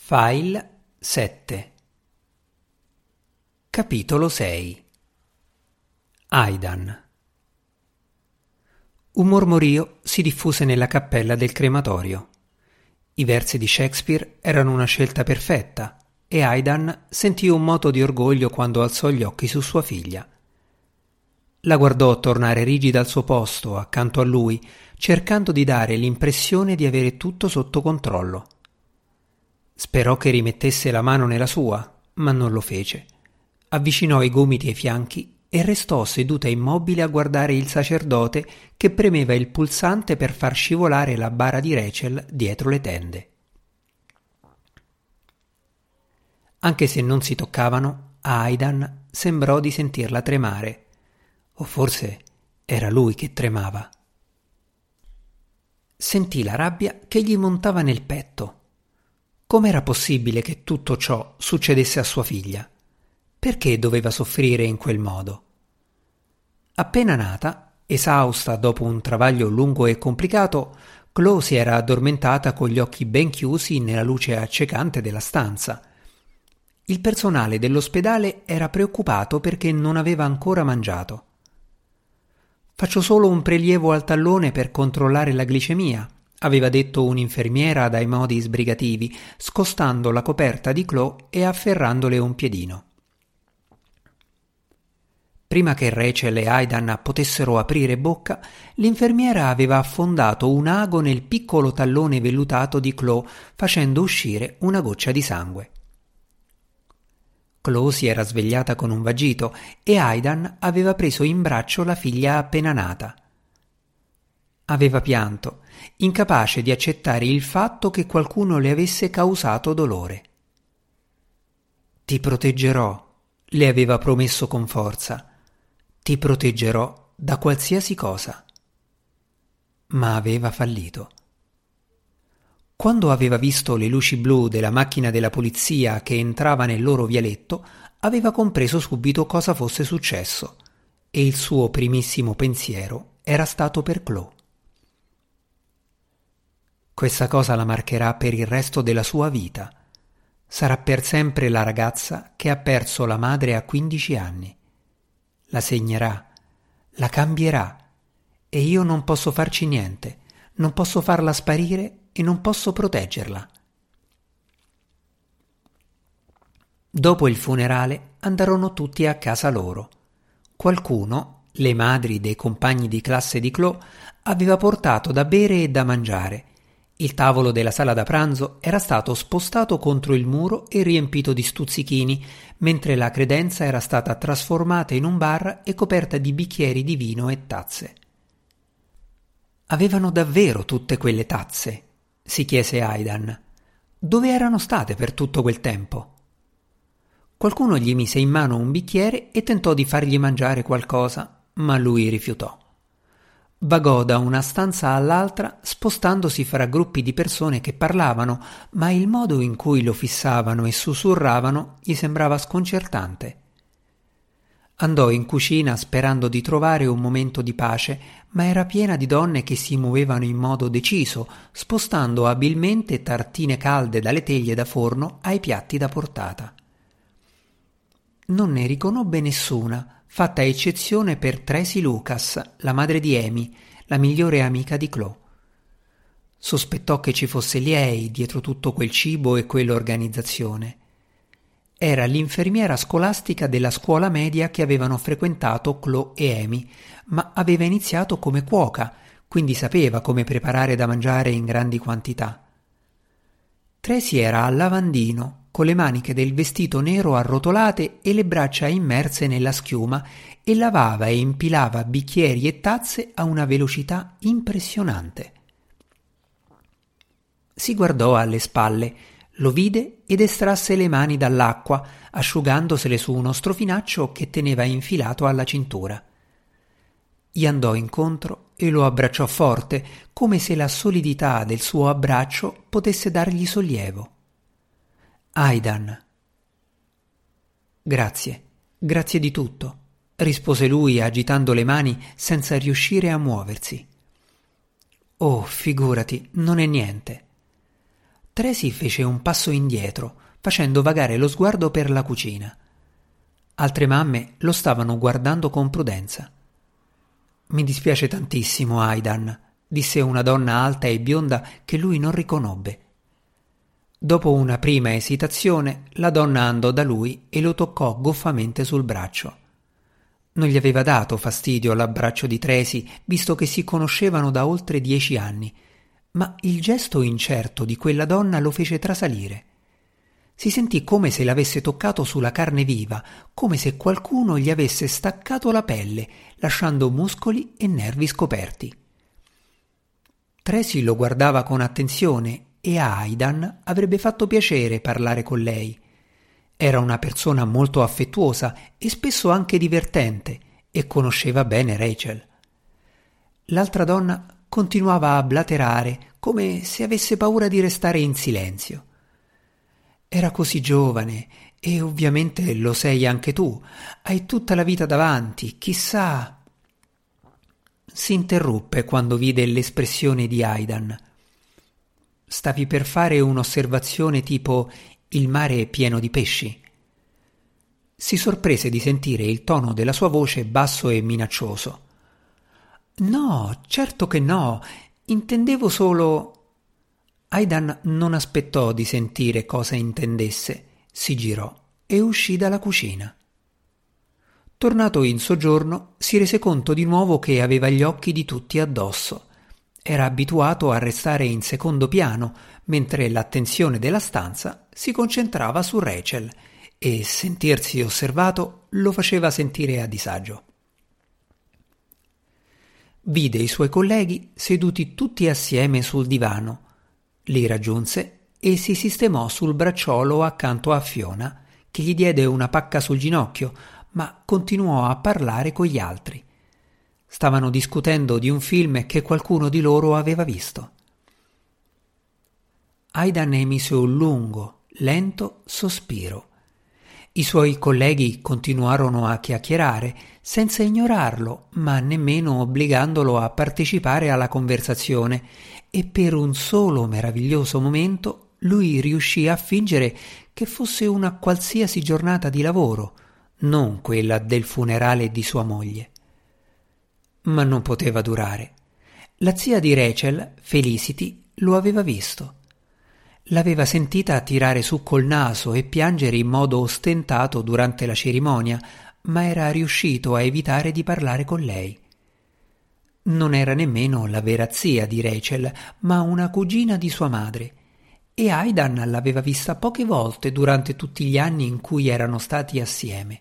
File 7. Capitolo 6. Aidan. Un mormorio si diffuse nella cappella del crematorio. I versi di Shakespeare erano una scelta perfetta e Aidan sentì un moto di orgoglio quando alzò gli occhi su sua figlia. La guardò tornare rigida al suo posto accanto a lui, cercando di dare l'impressione di avere tutto sotto controllo. Sperò che rimettesse la mano nella sua, ma non lo fece. Avvicinò i gomiti ai fianchi e restò seduta immobile a guardare il sacerdote che premeva il pulsante per far scivolare la bara di Rachel dietro le tende. Anche se non si toccavano, a Aidan sembrò di sentirla tremare. O forse era lui che tremava. Sentì la rabbia che gli montava nel petto. Com'era possibile che tutto ciò succedesse a sua figlia? Perché doveva soffrire in quel modo? Appena nata, esausta dopo un travaglio lungo e complicato, Chloe si era addormentata con gli occhi ben chiusi nella luce accecante della stanza. Il personale dell'ospedale era preoccupato perché non aveva ancora mangiato. «Faccio solo un prelievo al tallone per controllare la glicemia», aveva detto un'infermiera dai modi sbrigativi, scostando la coperta di Chloe e afferrandole un piedino. Prima che Rachel e Aidan potessero aprire bocca, l'infermiera aveva affondato un ago nel piccolo tallone vellutato di Chloe, facendo uscire una goccia di sangue. Chloe si era svegliata con un vagito e Aidan aveva preso in braccio la figlia appena nata. Aveva pianto, incapace di accettare il fatto che qualcuno le avesse causato dolore. «Ti proteggerò», le aveva promesso con forza. «Ti proteggerò da qualsiasi cosa». Ma aveva fallito. Quando aveva visto le luci blu della macchina della polizia che entrava nel loro vialetto, aveva compreso subito cosa fosse successo e il suo primissimo pensiero era stato per Chloe. Questa cosa la marcherà per il resto della sua vita. Sarà per sempre la ragazza che ha perso la madre a 15 anni. La segnerà, la cambierà e io non posso farci niente, non posso farla sparire e non posso proteggerla. Dopo il funerale andarono tutti a casa loro. Qualcuno, le madri dei compagni di classe di Chloe, aveva portato da bere e da mangiare. Il tavolo della sala da pranzo era stato spostato contro il muro e riempito di stuzzichini, mentre la credenza era stata trasformata in un bar e coperta di bicchieri di vino e tazze. Avevano davvero tutte quelle tazze? Si chiese Aidan. Dove erano state per tutto quel tempo? Qualcuno gli mise in mano un bicchiere e tentò di fargli mangiare qualcosa, ma lui rifiutò. Vagò da una stanza all'altra, spostandosi fra gruppi di persone che parlavano, ma il modo in cui lo fissavano e sussurravano gli sembrava sconcertante. Andò in cucina sperando di trovare un momento di pace, ma era piena di donne che si muovevano in modo deciso, spostando abilmente tartine calde dalle teglie da forno ai piatti da portata. Non ne riconobbe nessuna, fatta eccezione per Tracy Lucas, la madre di Amy, la migliore amica di Chloe. Sospettò che ci fosse lei dietro tutto quel cibo e quell'organizzazione. Era l'infermiera scolastica della scuola media che avevano frequentato Chloe e Amy, ma aveva iniziato come cuoca, quindi sapeva come preparare da mangiare in grandi quantità. Tracy era al lavandino, con le maniche del vestito nero arrotolate e le braccia immerse nella schiuma, e lavava e impilava bicchieri e tazze a una velocità impressionante. Si guardò alle spalle, lo vide ed estrasse le mani dall'acqua, asciugandosele su uno strofinaccio che teneva infilato alla cintura. Gli andò incontro e lo abbracciò forte, come se la solidità del suo abbraccio potesse dargli sollievo. «Aidan». «Grazie, grazie di tutto», rispose lui agitando le mani senza riuscire a muoversi. «Oh, figurati, non è niente». Tracy fece un passo indietro, facendo vagare lo sguardo per la cucina. Altre mamme lo stavano guardando con prudenza. «Mi dispiace tantissimo, Aidan», disse una donna alta e bionda che lui non riconobbe. Dopo una prima esitazione, la donna andò da lui e lo toccò goffamente sul braccio. Non gli aveva dato fastidio l'abbraccio di Tracy, visto che si conoscevano da oltre 10 anni, ma il gesto incerto di quella donna lo fece trasalire. Si sentì come se l'avesse toccato sulla carne viva, come se qualcuno gli avesse staccato la pelle, lasciando muscoli e nervi scoperti. Tracy lo guardava con attenzione e a Aidan avrebbe fatto piacere parlare con lei. Era una persona molto affettuosa e spesso anche divertente e conosceva bene Rachel. L'altra donna continuava a blaterare come se avesse paura di restare in silenzio. Era così giovane e ovviamente lo sei anche tu. Hai tutta la vita davanti, chissà. Si interruppe quando vide l'espressione di Aidan. Stavi per fare un'osservazione tipo «il mare è pieno di pesci». Si sorprese di sentire il tono della sua voce basso e minaccioso. «No, certo che no, intendevo solo...» Aidan non aspettò di sentire cosa intendesse, si girò e uscì dalla cucina. Tornato in soggiorno, si rese conto di nuovo che aveva gli occhi di tutti addosso. Era abituato a restare in secondo piano, mentre l'attenzione della stanza si concentrava su Rachel e sentirsi osservato lo faceva sentire a disagio. Vide i suoi colleghi seduti tutti assieme sul divano. Li raggiunse e si sistemò sul bracciolo accanto a Fiona, che gli diede una pacca sul ginocchio, ma continuò a parlare con gli altri. Stavano discutendo di un film che qualcuno di loro aveva visto. Aidan emise un lungo, lento sospiro. I suoi colleghi continuarono a chiacchierare, senza ignorarlo, ma nemmeno obbligandolo a partecipare alla conversazione, e per un solo meraviglioso momento lui riuscì a fingere che fosse una qualsiasi giornata di lavoro, non quella del funerale di sua moglie. Ma non poteva durare. La zia di Rachel, Felicity, lo aveva visto. L'aveva sentita tirare su col naso e piangere in modo ostentato durante la cerimonia, ma era riuscito a evitare di parlare con lei. Non era nemmeno la vera zia di Rachel, ma una cugina di sua madre, e Aidan l'aveva vista poche volte durante tutti gli anni in cui erano stati assieme.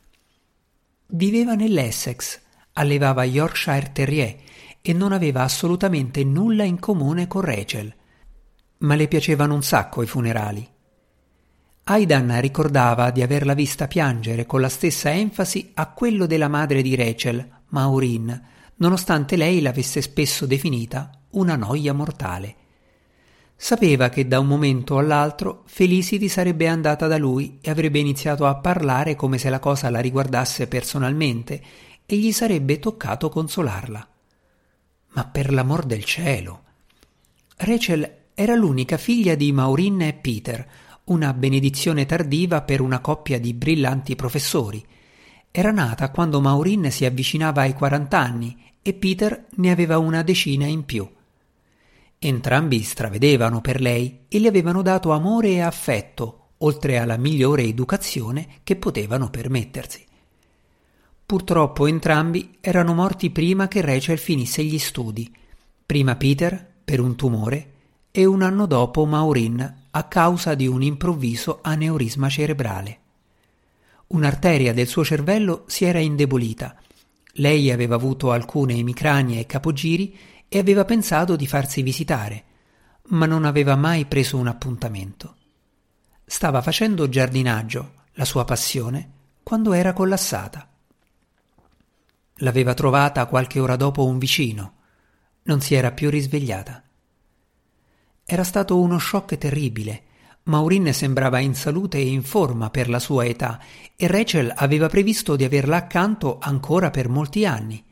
Viveva nell'Essex, allevava Yorkshire Terrier e non aveva assolutamente nulla in comune con Rachel, ma le piacevano un sacco i funerali. Aidan ricordava di averla vista piangere con la stessa enfasi a quello della madre di Rachel, Maureen, nonostante lei l'avesse spesso definita una noia mortale. Sapeva che da un momento all'altro Felicity sarebbe andata da lui e avrebbe iniziato a parlare come se la cosa la riguardasse personalmente e gli sarebbe toccato consolarla. Ma per l'amor del cielo! Rachel era l'unica figlia di Maureen e Peter, una benedizione tardiva per una coppia di brillanti professori. Era nata quando Maureen si avvicinava ai 40 anni e Peter ne aveva una decina in più. Entrambi stravedevano per lei e le avevano dato amore e affetto, oltre alla migliore educazione che potevano permettersi. Purtroppo entrambi erano morti prima che Rachel finisse gli studi, prima Peter per un tumore e un anno dopo Maureen a causa di un improvviso aneurisma cerebrale. Un'arteria del suo cervello si era indebolita. Lei aveva avuto alcune emicranie e capogiri e aveva pensato di farsi visitare, ma non aveva mai preso un appuntamento. Stava facendo giardinaggio, la sua passione, quando era collassata. L'aveva trovata qualche ora dopo un vicino. Non si era più risvegliata. Era stato uno shock terribile. Maureen sembrava in salute e in forma per la sua età e Rachel aveva previsto di averla accanto ancora per molti anni.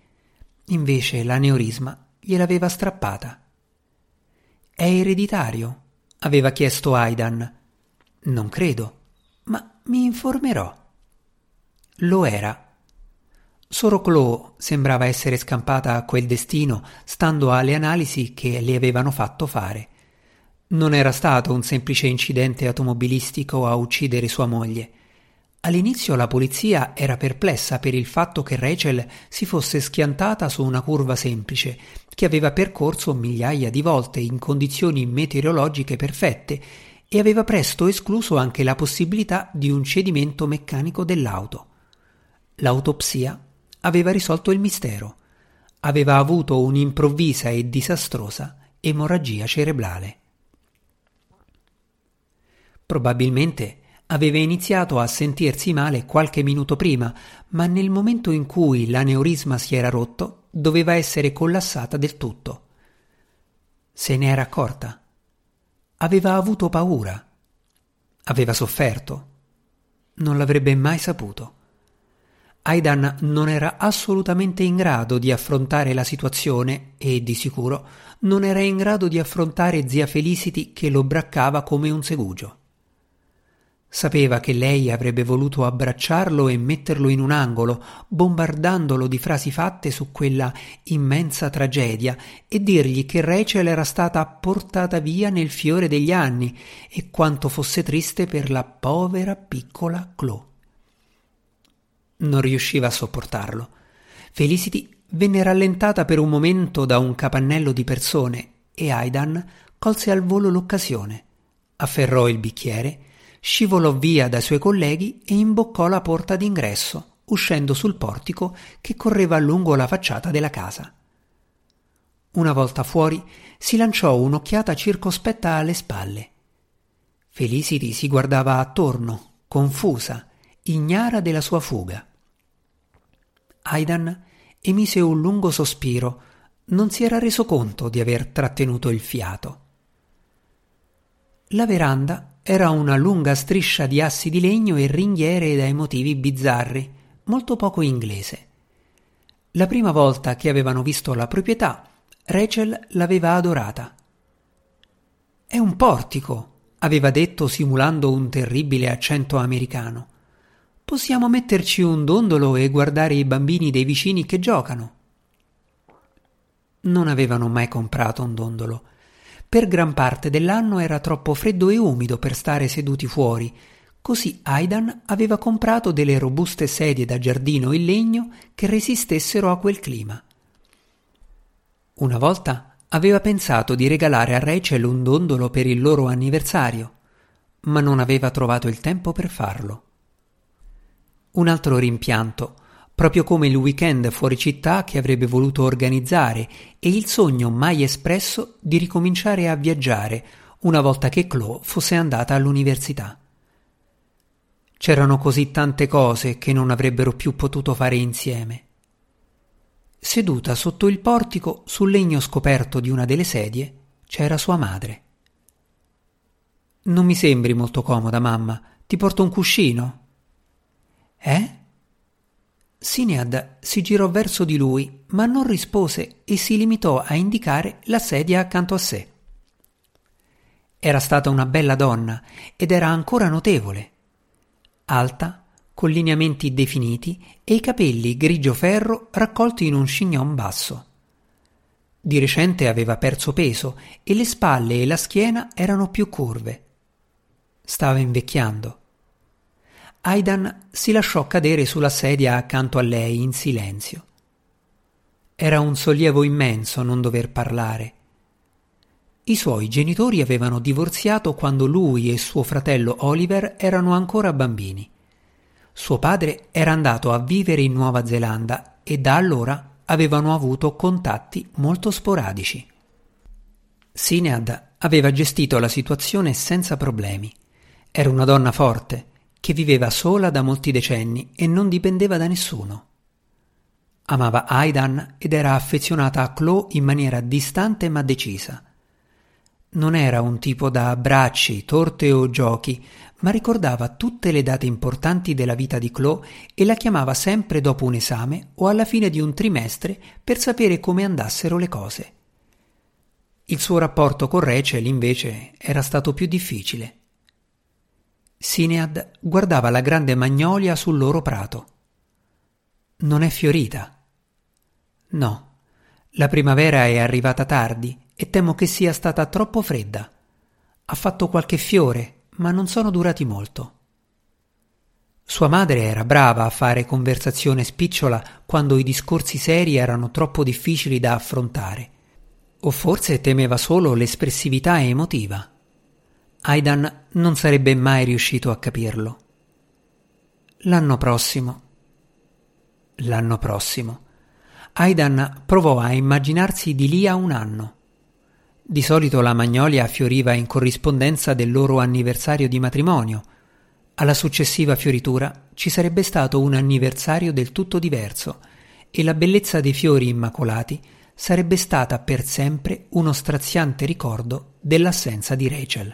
Invece l'aneurisma gliel'aveva strappata. «È ereditario?» aveva chiesto Aidan. Non credo, ma mi informerò. Lo era. Solo Chloe sembrava essere scampata a quel destino, stando alle analisi che le avevano fatto fare. Non era stato un semplice incidente automobilistico a uccidere sua moglie. All'inizio la polizia era perplessa per il fatto che Rachel si fosse schiantata su una curva semplice, che aveva percorso migliaia di volte in condizioni meteorologiche perfette, e aveva presto escluso anche la possibilità di un cedimento meccanico dell'auto. L'autopsia aveva risolto il mistero. Aveva avuto un'improvvisa e disastrosa emorragia cerebrale. Probabilmente aveva iniziato a sentirsi male qualche minuto prima, ma nel momento in cui l'aneurisma si era rotto, doveva essere collassata del tutto. Se ne era accorta. Aveva avuto paura. Aveva sofferto. Non l'avrebbe mai saputo. Aidan non era assolutamente in grado di affrontare la situazione e, di sicuro, non era in grado di affrontare zia Felicity che lo braccava come un segugio. Sapeva che lei avrebbe voluto abbracciarlo e metterlo in un angolo, bombardandolo di frasi fatte su quella immensa tragedia e dirgli che Rachel era stata portata via nel fiore degli anni e quanto fosse triste per la povera piccola Chloe. Non riusciva a sopportarlo. Felicity venne rallentata per un momento da un capannello di persone e Aidan colse al volo l'occasione. Afferrò il bicchiere, scivolò via dai suoi colleghi e imboccò la porta d'ingresso, uscendo sul portico che correva lungo la facciata della casa. Una volta fuori si lanciò un'occhiata circospetta alle spalle. Felicity si guardava attorno, confusa, ignara della sua fuga. Aidan emise un lungo sospiro, non si era reso conto di aver trattenuto il fiato. La veranda era una lunga striscia di assi di legno e ringhiere dai motivi bizzarri, molto poco inglese. La prima volta che avevano visto la proprietà, Rachel l'aveva adorata. «È un portico», aveva detto simulando un terribile accento americano. «Possiamo metterci un dondolo e guardare i bambini dei vicini che giocano». Non avevano mai comprato un dondolo. Per gran parte dell'anno era troppo freddo e umido per stare seduti fuori, così Aidan aveva comprato delle robuste sedie da giardino in legno che resistessero a quel clima. Una volta aveva pensato di regalare a Rachel un dondolo per il loro anniversario, ma non aveva trovato il tempo per farlo. Un altro rimpianto, proprio come il weekend fuori città che avrebbe voluto organizzare e il sogno mai espresso di ricominciare a viaggiare una volta che Chloe fosse andata all'università. C'erano così tante cose che non avrebbero più potuto fare insieme. Seduta sotto il portico, sul legno scoperto di una delle sedie, c'era sua madre. «Non mi sembri molto comoda, mamma. Ti porto un cuscino?» «Eh?» Sinead si girò verso di lui, ma non rispose e si limitò a indicare la sedia accanto a sé. Era stata una bella donna ed era ancora notevole. Alta, con lineamenti definiti e i capelli grigio ferro raccolti in un chignon basso. Di recente aveva perso peso e le spalle e la schiena erano più curve. Stava invecchiando. Aidan si lasciò cadere sulla sedia accanto a lei in silenzio. Era un sollievo immenso non dover parlare. I suoi genitori avevano divorziato quando lui e suo fratello Oliver erano ancora bambini. Suo padre era andato a vivere in Nuova Zelanda e da allora avevano avuto contatti molto sporadici. Sinead aveva gestito la situazione senza problemi. Era una donna forte, che viveva sola da molti decenni e non dipendeva da nessuno. Amava Aidan ed era affezionata a Chloe in maniera distante ma decisa. Non era un tipo da abbracci, torte o giochi, ma ricordava tutte le date importanti della vita di Chloe e la chiamava sempre dopo un esame o alla fine di un trimestre per sapere come andassero le cose. Il suo rapporto con Rachel, invece, era stato più difficile. Sinead guardava la grande magnolia sul loro prato. Non è fiorita. No, la primavera è arrivata tardi e temo che sia stata troppo fredda. Ha fatto qualche fiore, ma non sono durati molto. Sua madre era brava a fare conversazione spicciola quando i discorsi seri erano troppo difficili da affrontare, o forse temeva solo l'espressività emotiva. Aidan non sarebbe mai riuscito a capirlo. L'anno prossimo. Aidan provò a immaginarsi di lì a un anno. Di solito la magnolia fioriva in corrispondenza del loro anniversario di matrimonio. Alla successiva fioritura ci sarebbe stato un anniversario del tutto diverso e la bellezza dei fiori immacolati sarebbe stata per sempre uno straziante ricordo dell'assenza di Rachel.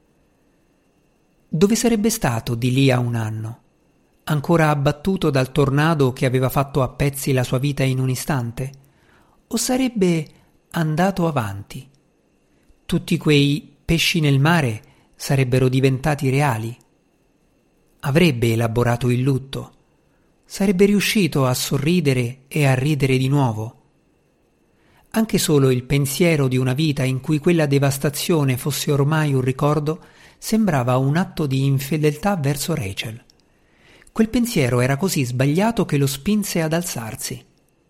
Dove sarebbe stato di lì a un anno? Ancora abbattuto dal tornado che aveva fatto a pezzi la sua vita in un istante? O sarebbe andato avanti? Tutti quei pesci nel mare sarebbero diventati reali? Avrebbe elaborato il lutto? Sarebbe riuscito a sorridere e a ridere di nuovo? Anche solo il pensiero di una vita in cui quella devastazione fosse ormai un ricordo sembrava un atto di infedeltà verso Rachel. Quel pensiero era così sbagliato che lo spinse ad alzarsi.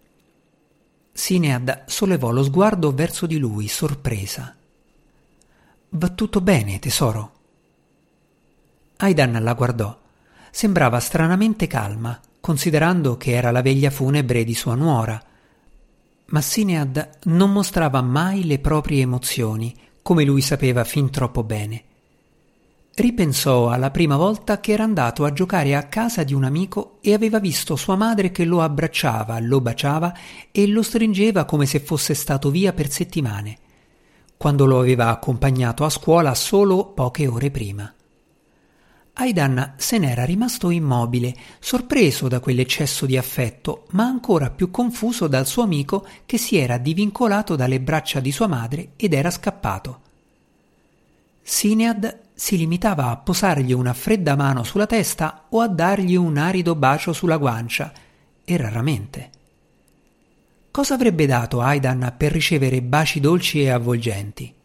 Sinead sollevò lo sguardo verso di lui, sorpresa. «Va tutto bene, tesoro?» Aidan la guardò. Sembrava stranamente calma, considerando che era la veglia funebre di sua nuora. Ma Sinead non mostrava mai le proprie emozioni, come lui sapeva fin troppo bene. Ripensò alla prima volta che era andato a giocare a casa di un amico e aveva visto sua madre che lo abbracciava, lo baciava e lo stringeva come se fosse stato via per settimane, quando lo aveva accompagnato a scuola solo poche ore prima. Aidan se n'era rimasto immobile, sorpreso da quell'eccesso di affetto, ma ancora più confuso dal suo amico che si era divincolato dalle braccia di sua madre ed era scappato. Sinead si limitava a posargli una fredda mano sulla testa o a dargli un arido bacio sulla guancia, e raramente. Cosa avrebbe dato Aidan per ricevere baci dolci e avvolgenti?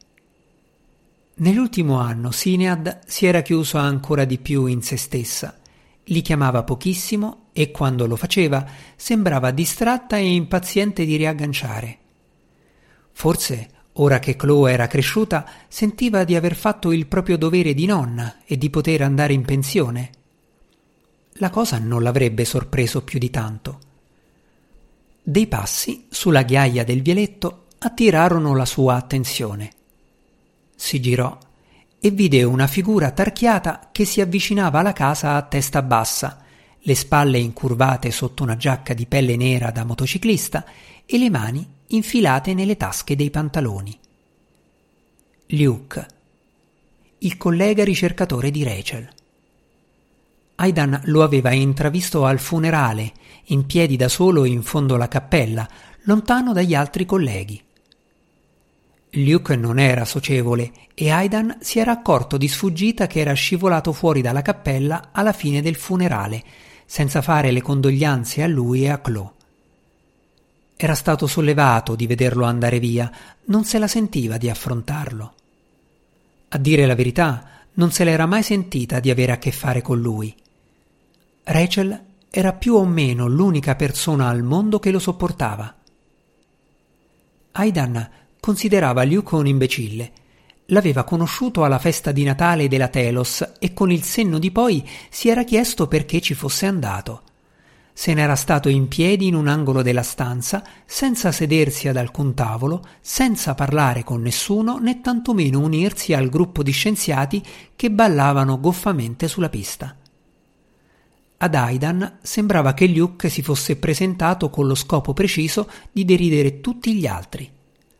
Nell'ultimo anno Sinead si era chiuso ancora di più in se stessa. Li chiamava pochissimo e quando lo faceva sembrava distratta e impaziente di riagganciare. Forse, ora che Chloe era cresciuta, sentiva di aver fatto il proprio dovere di nonna e di poter andare in pensione. La cosa non l'avrebbe sorpreso più di tanto. Dei passi sulla ghiaia del vieletto attirarono la sua attenzione. Si girò e vide una figura tarchiata che si avvicinava alla casa a testa bassa, le spalle incurvate sotto una giacca di pelle nera da motociclista e le mani infilate nelle tasche dei pantaloni. Luke, il collega ricercatore di Rachel. Aidan lo aveva intravisto al funerale, in piedi da solo in fondo alla cappella, lontano dagli altri colleghi. Luke non era socievole e Aidan si era accorto di sfuggita che era scivolato fuori dalla cappella alla fine del funerale, senza fare le condoglianze a lui e a Chloe. Era stato sollevato di vederlo andare via, non se la sentiva di affrontarlo. A dire la verità, non se l'era mai sentita di avere a che fare con lui. Rachel era più o meno l'unica persona al mondo che lo sopportava. Aidan considerava Luke un imbecille. L'aveva conosciuto alla festa di Natale della Telos e con il senno di poi si era chiesto perché ci fosse andato. Se n'era stato in piedi in un angolo della stanza, senza sedersi ad alcun tavolo, senza parlare con nessuno né tantomeno unirsi al gruppo di scienziati che ballavano goffamente sulla pista. Ad Aidan sembrava che Luke si fosse presentato con lo scopo preciso di deridere tutti gli altri.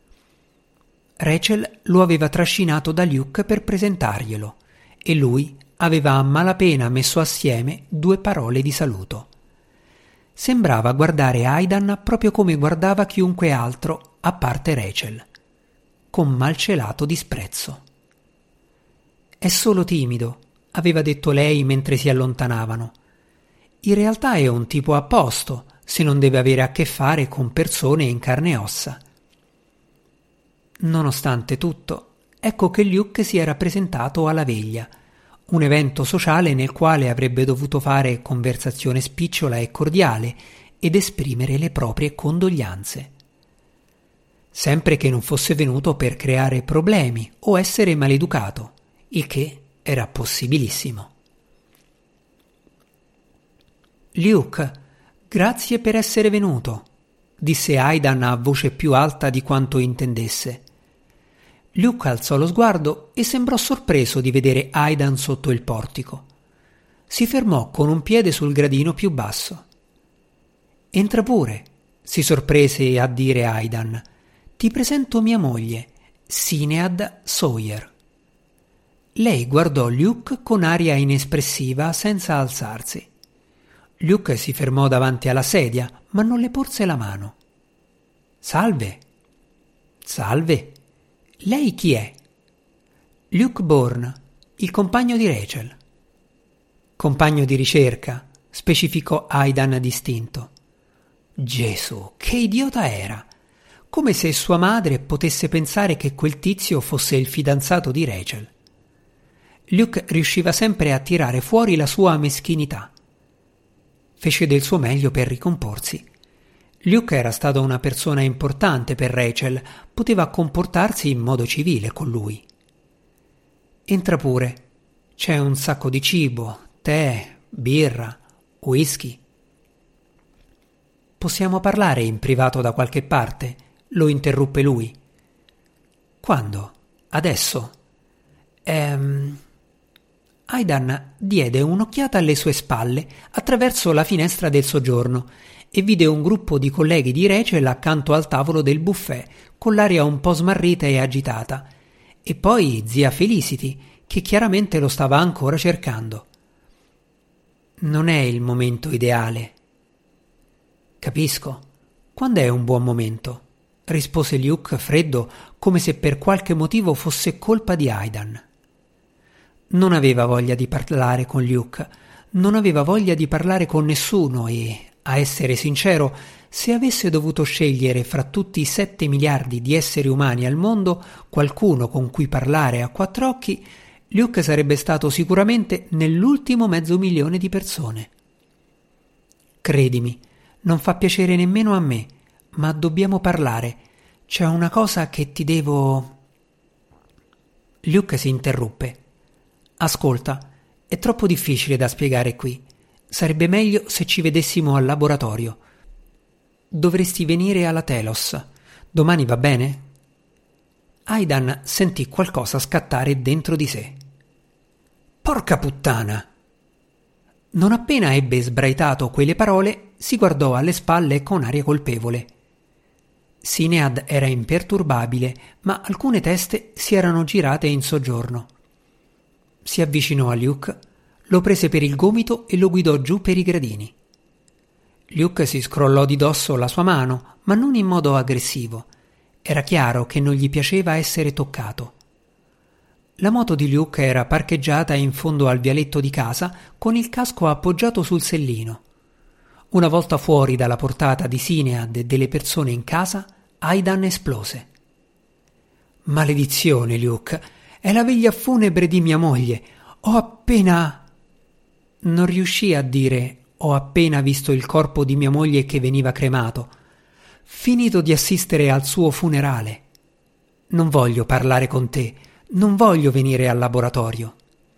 Rachel lo aveva trascinato da Luke per presentarglielo e lui aveva a malapena messo assieme 2 parole di saluto. Sembrava guardare Aidan proprio come guardava chiunque altro, a parte Rachel. con malcelato disprezzo. «È solo timido», aveva detto lei mentre si allontanavano. «In realtà è un tipo a posto, se non deve avere a che fare con persone in carne e ossa». Nonostante tutto, ecco che Luke si era presentato alla veglia, un evento sociale nel quale avrebbe dovuto fare conversazione spicciola e cordiale ed esprimere le proprie condoglianze. Sempre che non fosse venuto per creare problemi o essere maleducato, il che era possibilissimo. «Luke, grazie per essere venuto», disse Aidan a voce più alta di quanto intendesse. Luke alzò lo sguardo e sembrò sorpreso di vedere Aidan sotto il portico. Si fermò con un piede sul gradino più basso. «Entra pure», si sorprese a dire Aidan. «Ti presento mia moglie, Sinead Sawyer». Lei guardò Luke con aria inespressiva senza alzarsi. Luke si fermò davanti alla sedia, ma non le porse la mano. «Salve». «Salve. Lei chi è?» «Luke Bourne, il compagno di Rachel». «Compagno di ricerca», specificò Aidan distinto. Gesù, che idiota era! Come se sua madre potesse pensare che quel tizio fosse il fidanzato di Rachel. Luke riusciva sempre a tirare fuori la sua meschinità. Fece del suo meglio per ricomporsi. Luke era stato una persona importante per Rachel, poteva comportarsi in modo civile con lui. «Entra pure. C'è un sacco di cibo, tè, birra, whisky». «Possiamo parlare in privato da qualche parte?» lo interruppe lui. «Quando? Adesso?» Aidan diede un'occhiata alle sue spalle attraverso la finestra del soggiorno e vide un gruppo di colleghi di Rachel accanto al tavolo del buffet, con l'aria un po' smarrita e agitata, e poi zia Felicity, che chiaramente lo stava ancora cercando. «Non è il momento ideale». «Capisco. Quando è un buon momento?» rispose Luke freddo, come se per qualche motivo fosse colpa di Aidan. Non aveva voglia di parlare con Luke, non aveva voglia di parlare con nessuno e, a essere sincero, se avesse dovuto scegliere fra tutti i 7 miliardi di esseri umani al mondo qualcuno con cui parlare a quattro occhi, Luke sarebbe stato sicuramente nell'ultimo 500.000 di persone. «Credimi, non fa piacere nemmeno a me, ma dobbiamo parlare. C'è una cosa che ti devo...» Luke si interruppe. «Ascolta, è troppo difficile da spiegare qui. Sarebbe meglio se ci vedessimo al laboratorio. Dovresti venire alla Telos. Domani va bene?» Aidan sentì qualcosa scattare dentro di sé. «Porca puttana!» Non appena ebbe sbraitato quelle parole, si guardò alle spalle con aria colpevole. Sinead era imperturbabile, ma alcune teste si erano girate in soggiorno. Si avvicinò a Luke, lo prese per il gomito e lo guidò giù per i gradini. Luke si scrollò di dosso la sua mano, ma non in modo aggressivo. Era chiaro che non gli piaceva essere toccato. La moto di Luke era parcheggiata in fondo al vialetto di casa con il casco appoggiato sul sellino. Una volta fuori dalla portata di Sinead e delle persone in casa, Aidan esplose. «Maledizione, Luke! È la veglia funebre di mia moglie! Ho appena...» Non riuscì a dire «ho appena visto il corpo di mia moglie che veniva cremato. Finito di assistere al suo funerale. Non voglio parlare con te, non voglio venire al laboratorio».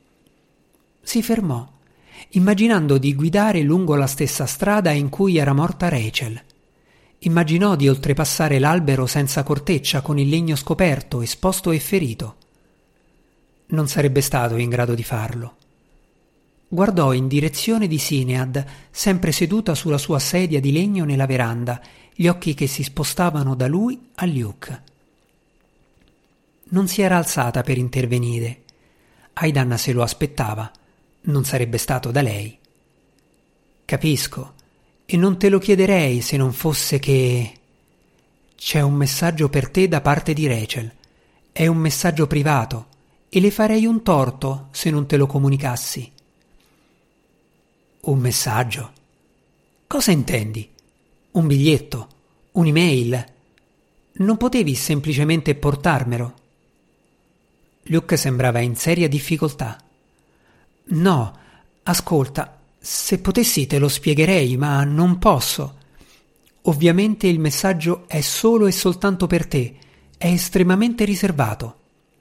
Si fermò, immaginando di guidare lungo la stessa strada in cui era morta Rachel. Immaginò di oltrepassare l'albero senza corteccia con il legno scoperto, esposto e ferito. Non sarebbe stato in grado di farlo. Guardò in direzione di Sinead, sempre seduta sulla sua sedia di legno nella veranda, gli occhi che si spostavano da lui a Luke. Non si era alzata per intervenire. Aidan se lo aspettava. Non sarebbe stato da lei. «Capisco, e non te lo chiederei se non fosse che... C'è un messaggio per te da parte di Rachel. È un messaggio privato e le farei un torto se non te lo comunicassi. Un messaggio? Cosa intendi? Un biglietto? Un'email? Non potevi semplicemente portarmelo? Luke sembrava in seria difficoltà. No, ascolta, se potessi te lo spiegherei, ma non posso. Ovviamente il messaggio è solo e soltanto per te, è estremamente riservato.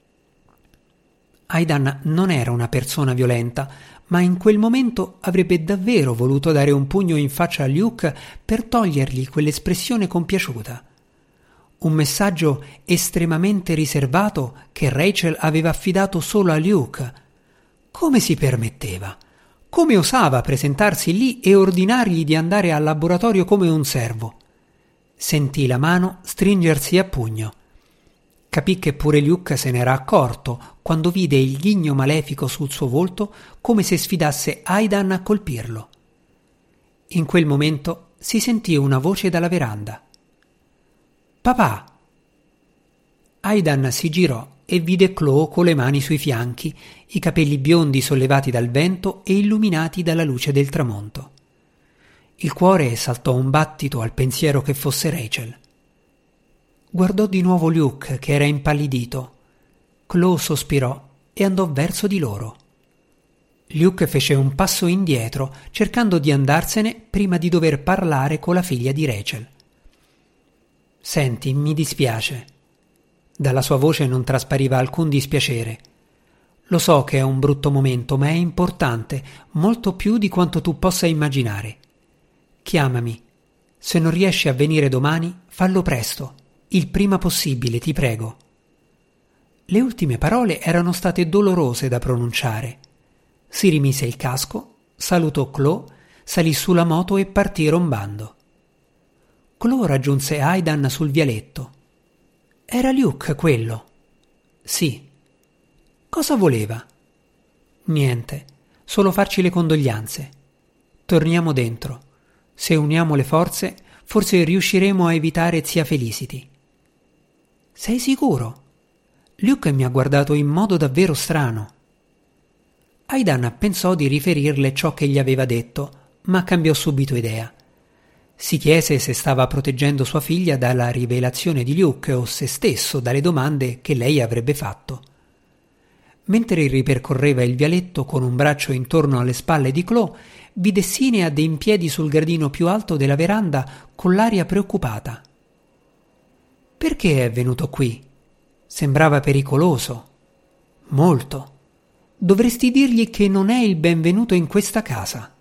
Aidan non era una persona violenta, ma in quel momento avrebbe davvero voluto dare un pugno in faccia a Luke per togliergli quell'espressione compiaciuta. Un messaggio estremamente riservato che Rachel aveva affidato solo a Luke. Come si permetteva? Come osava presentarsi lì e ordinargli di andare al laboratorio come un servo? Sentì la mano stringersi a pugno. Capì che pure Luke se n'era accorto quando vide il ghigno malefico sul suo volto, come se sfidasse Aidan a colpirlo. In quel momento si sentì una voce dalla veranda. «Papà!» Aidan si girò e vide Chloe con le mani sui fianchi, i capelli biondi sollevati dal vento e illuminati dalla luce del tramonto. Il cuore saltò un battito al pensiero che fosse Rachel. Guardò di nuovo Luke, che era impallidito. Chloe sospirò e andò verso di loro. Luke fece un passo indietro, cercando di andarsene prima di dover parlare con la figlia di Rachel. «Senti, mi dispiace». Dalla sua voce non traspariva alcun dispiacere. «Lo so che è un brutto momento, ma è importante, molto più di quanto tu possa immaginare. Chiamami. Se non riesci a venire domani, fallo presto, il prima possibile, ti prego». Le ultime parole erano state dolorose da pronunciare. Si rimise il casco, salutò Chloe, salì sulla moto e partì rombando. Chloe raggiunse Aidan sul vialetto. Era Luke quello? Sì. Cosa voleva? Niente, solo farci le condoglianze. Torniamo dentro. Se uniamo le forze, forse riusciremo a evitare zia Felicity. Sei sicuro? Luke mi ha guardato in modo davvero strano. Aidan pensò di riferirle ciò che gli aveva detto, ma cambiò subito idea. Si chiese se stava proteggendo sua figlia dalla rivelazione di Luke o se stesso dalle domande che lei avrebbe fatto. Mentre ripercorreva il vialetto con un braccio intorno alle spalle di Chloe, vide Sinead in piedi sul gradino più alto della veranda con l'aria preoccupata. Perché è venuto qui? Sembrava pericoloso. Molto. Dovresti dirgli che non è il benvenuto in questa casa.